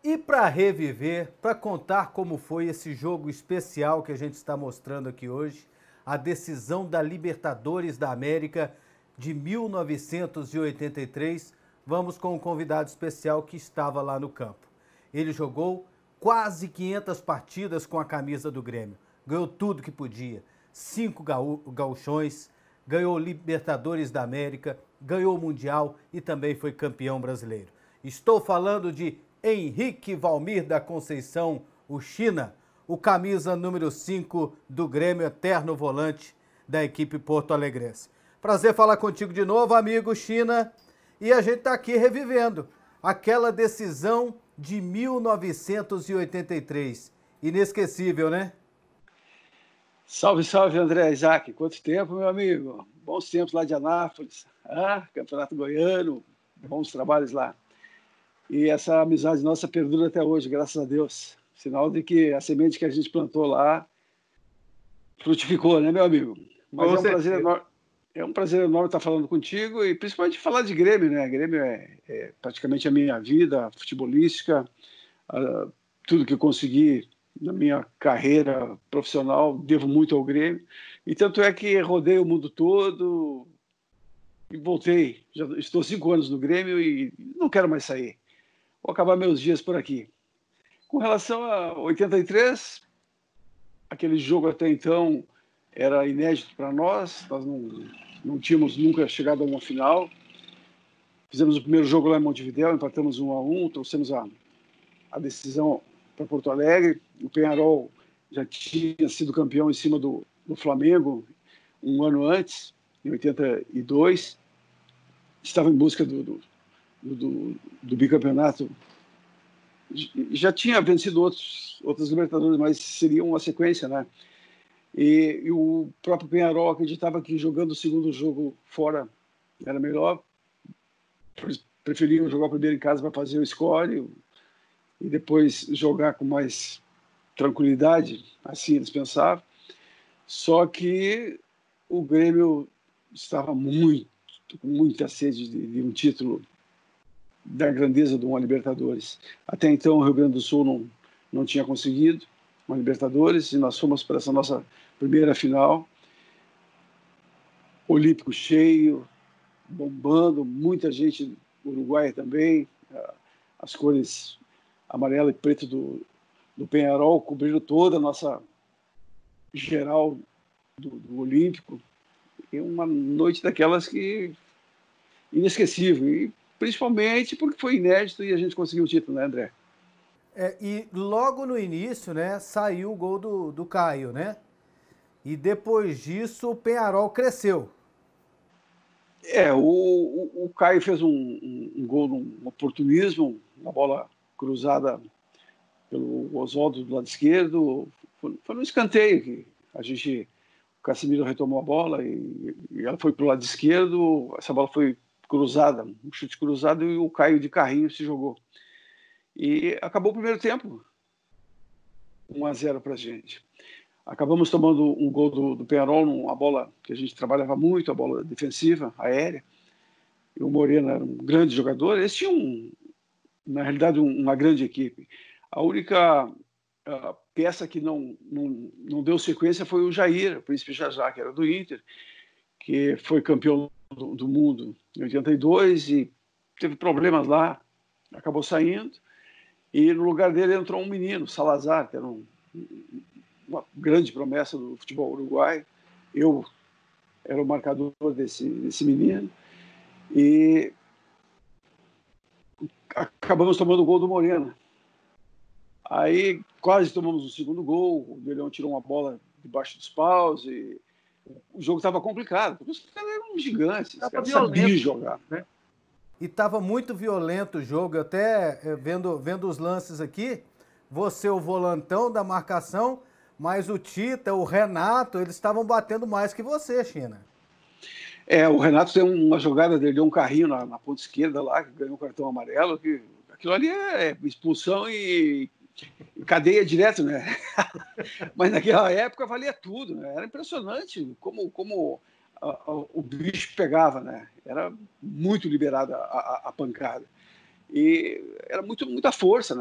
E para reviver, para contar como foi esse jogo especial que a gente está mostrando aqui hoje, a decisão da Libertadores da América de 1983, vamos com um convidado especial que estava lá no campo. Ele jogou quase 500 partidas com a camisa do Grêmio, ganhou tudo que podia, 5 gauchões, ganhou Libertadores da América, ganhou o Mundial e também foi campeão brasileiro. Estou falando de Henrique Valmir da Conceição, o China, o camisa número 5 do Grêmio, eterno volante da equipe porto-alegrense. Prazer falar contigo de novo, amigo China. E a gente está aqui revivendo aquela decisão de 1983. Inesquecível, né? Salve, salve, André Isaac. Quanto tempo, meu amigo? Bons tempos lá de Anápolis. Campeonato Goiano, bons trabalhos lá. E essa amizade nossa perdura até hoje, graças a Deus. Sinal de que a semente que a gente plantou lá frutificou, né, meu amigo? Mas é um prazer enorme estar falando contigo e principalmente falar de Grêmio, né? Grêmio é praticamente a minha vida futebolística, tudo que eu consegui na minha carreira profissional, devo muito ao Grêmio. E tanto é que rodei o mundo todo e voltei. Já estou 5 anos no Grêmio e não quero mais sair. Vou acabar meus dias por aqui. Com relação a 83, aquele jogo até então era inédito para nós não tínhamos nunca chegado a uma final. Fizemos o primeiro jogo lá em Montevidéu, empatamos 1-1, trouxemos a decisão para Porto Alegre. O Peñarol já tinha sido campeão em cima do Flamengo um ano antes, em 82. Estava em busca do bicampeonato. Já tinha vencido outras Libertadores, mas seria uma sequência, né? E o próprio Peñarol acreditava que jogando o segundo jogo fora era melhor. Preferiam jogar o primeiro em casa para fazer o score e depois jogar com mais tranquilidade, assim eles pensavam. Só que o Grêmio estava com muita sede de um título da grandeza de uma Libertadores. Até então o Rio Grande do Sul não tinha conseguido uma Libertadores e nós fomos para essa nossa primeira final. Olímpico cheio, bombando, muita gente uruguaia também, as cores amarela e preto do Peñarol cobriram toda a nossa geral do Olímpico. E uma noite daquelas que inesquecível, e principalmente porque foi inédito e a gente conseguiu o título, né, André? E logo no início, né, saiu o gol do Caio, né? E depois disso o Peñarol cresceu. O Caio fez um gol num oportunismo, uma bola cruzada pelo Oswaldo do lado esquerdo. Foi no escanteio que o Casemiro retomou a bola e ela foi para o lado esquerdo. Essa bola foi cruzada, um chute cruzado, e o Caio de carrinho se jogou. E acabou o primeiro tempo, 1-0 para a gente. Acabamos tomando um gol do Peñarol, uma bola que a gente trabalhava muito, a bola defensiva, aérea. E o Moreno era um grande jogador. Eles tinham, na realidade, uma grande equipe. A única peça que não deu sequência foi o Jair, o Príncipe Jajá, que era do Inter, que foi campeão do mundo em 82 e teve problemas lá, acabou saindo. E no lugar dele entrou um menino, Salazar, que era uma grande promessa do futebol uruguaio. Eu era o marcador desse menino. E acabamos tomando o gol do Moreno. Aí quase tomamos o segundo gol, o Leão tirou uma bola debaixo dos paus e o jogo estava complicado, porque os caras eram gigantes, os caras sabiam jogar, né? E estava muito violento o jogo, eu até vendo os lances aqui, você o volantão da marcação, mas o Tita, o Renato, eles estavam batendo mais que você, China. O Renato tem uma jogada dele, deu um carrinho na ponta esquerda lá, que ganhou o cartão amarelo, que aquilo ali é expulsão e cadeia direto, né? Mas naquela época valia tudo, né? Era impressionante como o bicho pegava, né? Era muito liberada a pancada. E era muita força, né?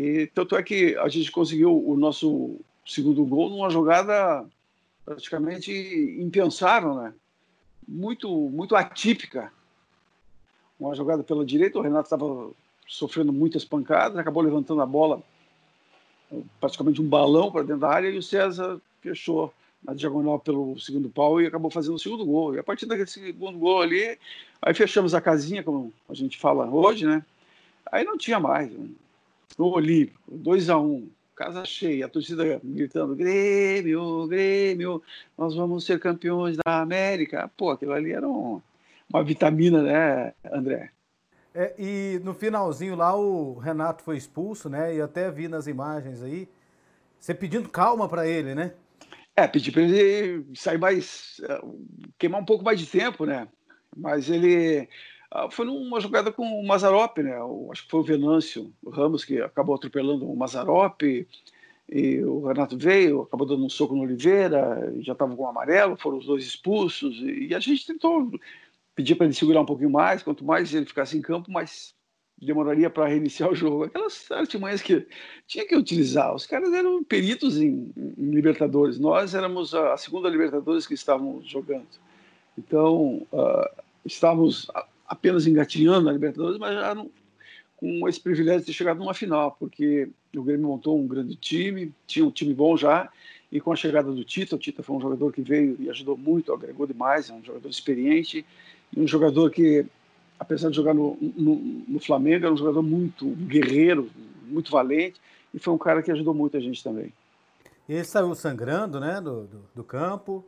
E tanto é que a gente conseguiu o nosso segundo gol numa jogada praticamente impensável, né? Muito atípica. Uma jogada pela direita, o Renato estava sofrendo muitas pancadas, acabou levantando a bola, praticamente um balão para dentro da área, e o César fechou na diagonal pelo segundo pau e acabou fazendo o segundo gol. E a partir daquele segundo gol ali, aí fechamos a casinha, como a gente fala hoje, né? Aí não tinha mais. No Olímpico, 2-1, casa cheia, a torcida gritando: Grêmio, Grêmio, nós vamos ser campeões da América. Pô, aquilo ali era uma vitamina, né, André? E no finalzinho lá o Renato foi expulso, né? E até vi nas imagens aí, você pedindo calma para ele, né? Pedi para ele sair mais, queimar um pouco mais de tempo, né? Mas ele foi numa jogada com o Mazzaropi, né? Acho que foi o Venâncio o Ramos que acabou atropelando o Mazzaropi, e o Renato veio, acabou dando um soco no Oliveira, já estava com o amarelo, foram os dois expulsos, e a gente tentou pedir para ele segurar um pouquinho mais, quanto mais ele ficasse em campo, mais demoraria para reiniciar o jogo. Aquelas artimanhas que tinha que utilizar. Os caras eram peritos em Libertadores. Nós éramos a segunda Libertadores que estávamos jogando. Então, estávamos apenas engatinhando na Libertadores, mas já com esse privilégio de ter chegado numa final, porque o Grêmio montou um grande time, tinha um time bom já, e com a chegada do Tita, o Tita foi um jogador que veio e ajudou muito, agregou demais, é um jogador experiente, e um jogador que, apesar de jogar no Flamengo, era um jogador muito guerreiro, muito valente, e foi um cara que ajudou muito a gente também. Ele saiu sangrando, né, do campo.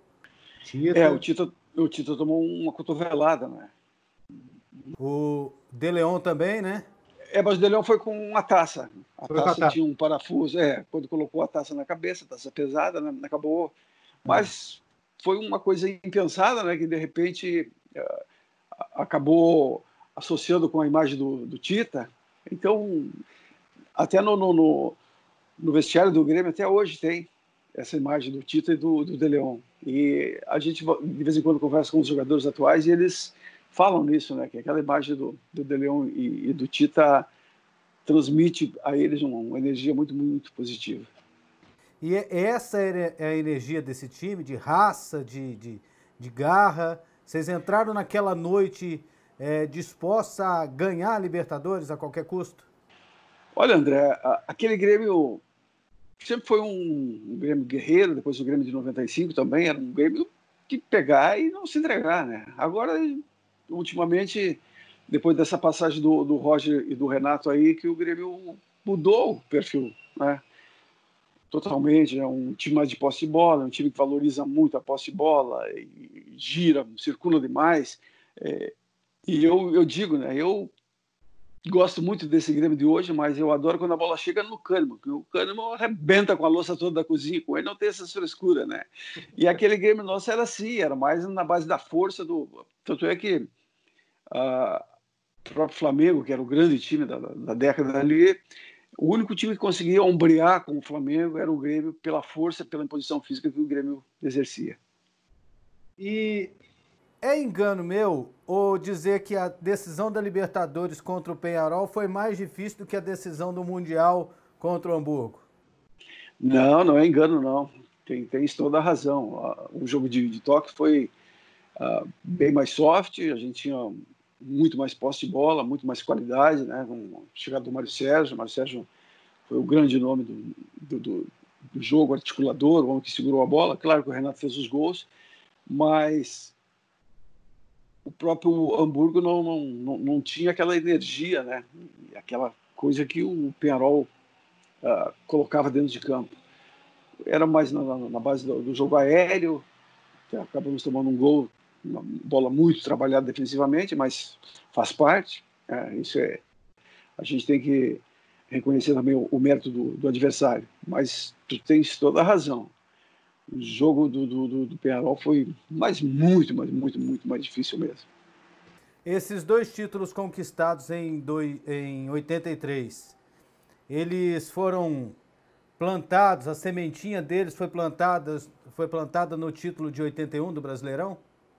O Tita tomou uma cotovelada, né? O De Leon também, né? Mas o De Leon foi com uma taça. A Foi com a taça taça. tinha um parafuso. Quando colocou a taça na cabeça, a taça pesada, né, acabou. Mas foi uma coisa impensada, né? Que de repente acabou associando com a imagem do Tita. Então, até no vestiário do Grêmio, até hoje tem essa imagem do Tita e do De Leon. E a gente, de vez em quando, conversa com os jogadores atuais e eles falam nisso, né? Que aquela imagem do De Leon e do Tita transmite a eles uma energia muito, muito positiva. E essa é a energia desse time, de raça, de garra. Vocês entraram naquela noite disposta a ganhar a Libertadores a qualquer custo? Olha, André, aquele Grêmio sempre foi um Grêmio guerreiro, depois o Grêmio de 95 também era um Grêmio de pegar e não se entregar, né? Agora, ultimamente, depois dessa passagem do Roger e do Renato aí, que o Grêmio mudou o perfil, né? Totalmente, é um time mais de posse de bola, um time que valoriza muito a posse de bola, e gira, circula demais. E eu digo, né? Eu gosto muito desse Grêmio de hoje, mas eu adoro quando a bola chega no Kahneman, porque o Kahneman arrebenta com a louça toda da cozinha, com ele não tem essas frescuras, né? E aquele Grêmio nosso era assim, era mais na base da força do... Tanto é que o próprio Flamengo, que era o grande time da década ali, o único time que conseguia ombrear com o Flamengo era o Grêmio pela força, pela imposição física que o Grêmio exercia. E é engano meu ou dizer que a decisão da Libertadores contra o Peñarol foi mais difícil do que a decisão do Mundial contra o Hamburgo? Não, não é engano, não. Tem toda a razão. O jogo de toque foi bem mais soft, a gente tinha muito mais posse de bola, muito mais qualidade, né? Com a chegada do Mário Sérgio. O Mário Sérgio foi o grande nome do jogo, articulador, o homem que segurou a bola. Claro que o Renato fez os gols, mas o próprio Hamburgo não tinha aquela energia, né? Aquela coisa que o Peñarol colocava dentro de campo. Era mais na base do jogo aéreo, que acabamos tomando um gol, uma bola muito trabalhada defensivamente, mas faz parte. A gente tem que reconhecer também o mérito do adversário. Mas tu tens toda a razão. O jogo do Peñarol foi muito mais difícil mesmo. Esses dois títulos conquistados em 83, eles foram plantados, a sementinha deles foi plantada no título de 81 do Brasileirão?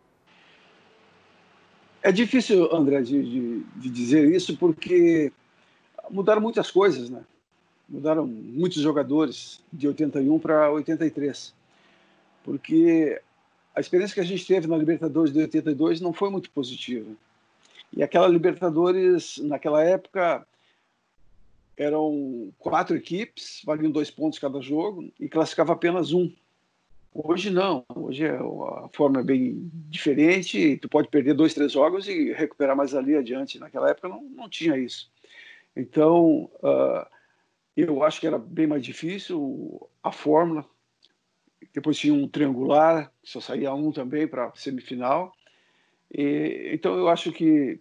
É difícil, André, de dizer isso, porque mudaram muitas coisas, né? mudaram muitos jogadores de 81 para 83, porque a experiência que a gente teve na Libertadores de 82 não foi muito positiva. E aquela Libertadores, naquela época, eram 4 equipes, valiam 2 pontos cada jogo, e classificava apenas um. Hoje não, hoje a forma é bem diferente, tu pode perder 2, 3 jogos e recuperar mais ali adiante. Naquela época não tinha isso. Então, eu acho que era bem mais difícil a fórmula. Depois tinha um triangular, só saía um também para a semifinal. Então, eu acho que...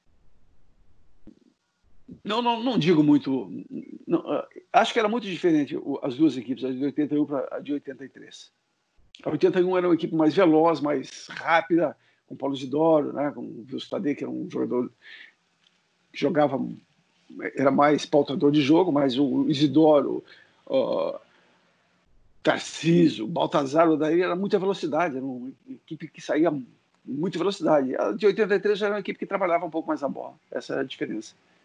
Não digo muito... acho que era muito diferente as duas equipes, a de 81 para a de 83. A 81 era uma equipe mais veloz, mais rápida, com Paulo Isidoro, né, com o Wilson Tadei, que era um jogador que jogava, era mais pautador de jogo, mas o Isidoro, Tarcísio, Baltazar, daí era muita velocidade, era uma equipe que saía com muita velocidade. A de 83 já era uma equipe que trabalhava um pouco mais a bola, essa é a diferença.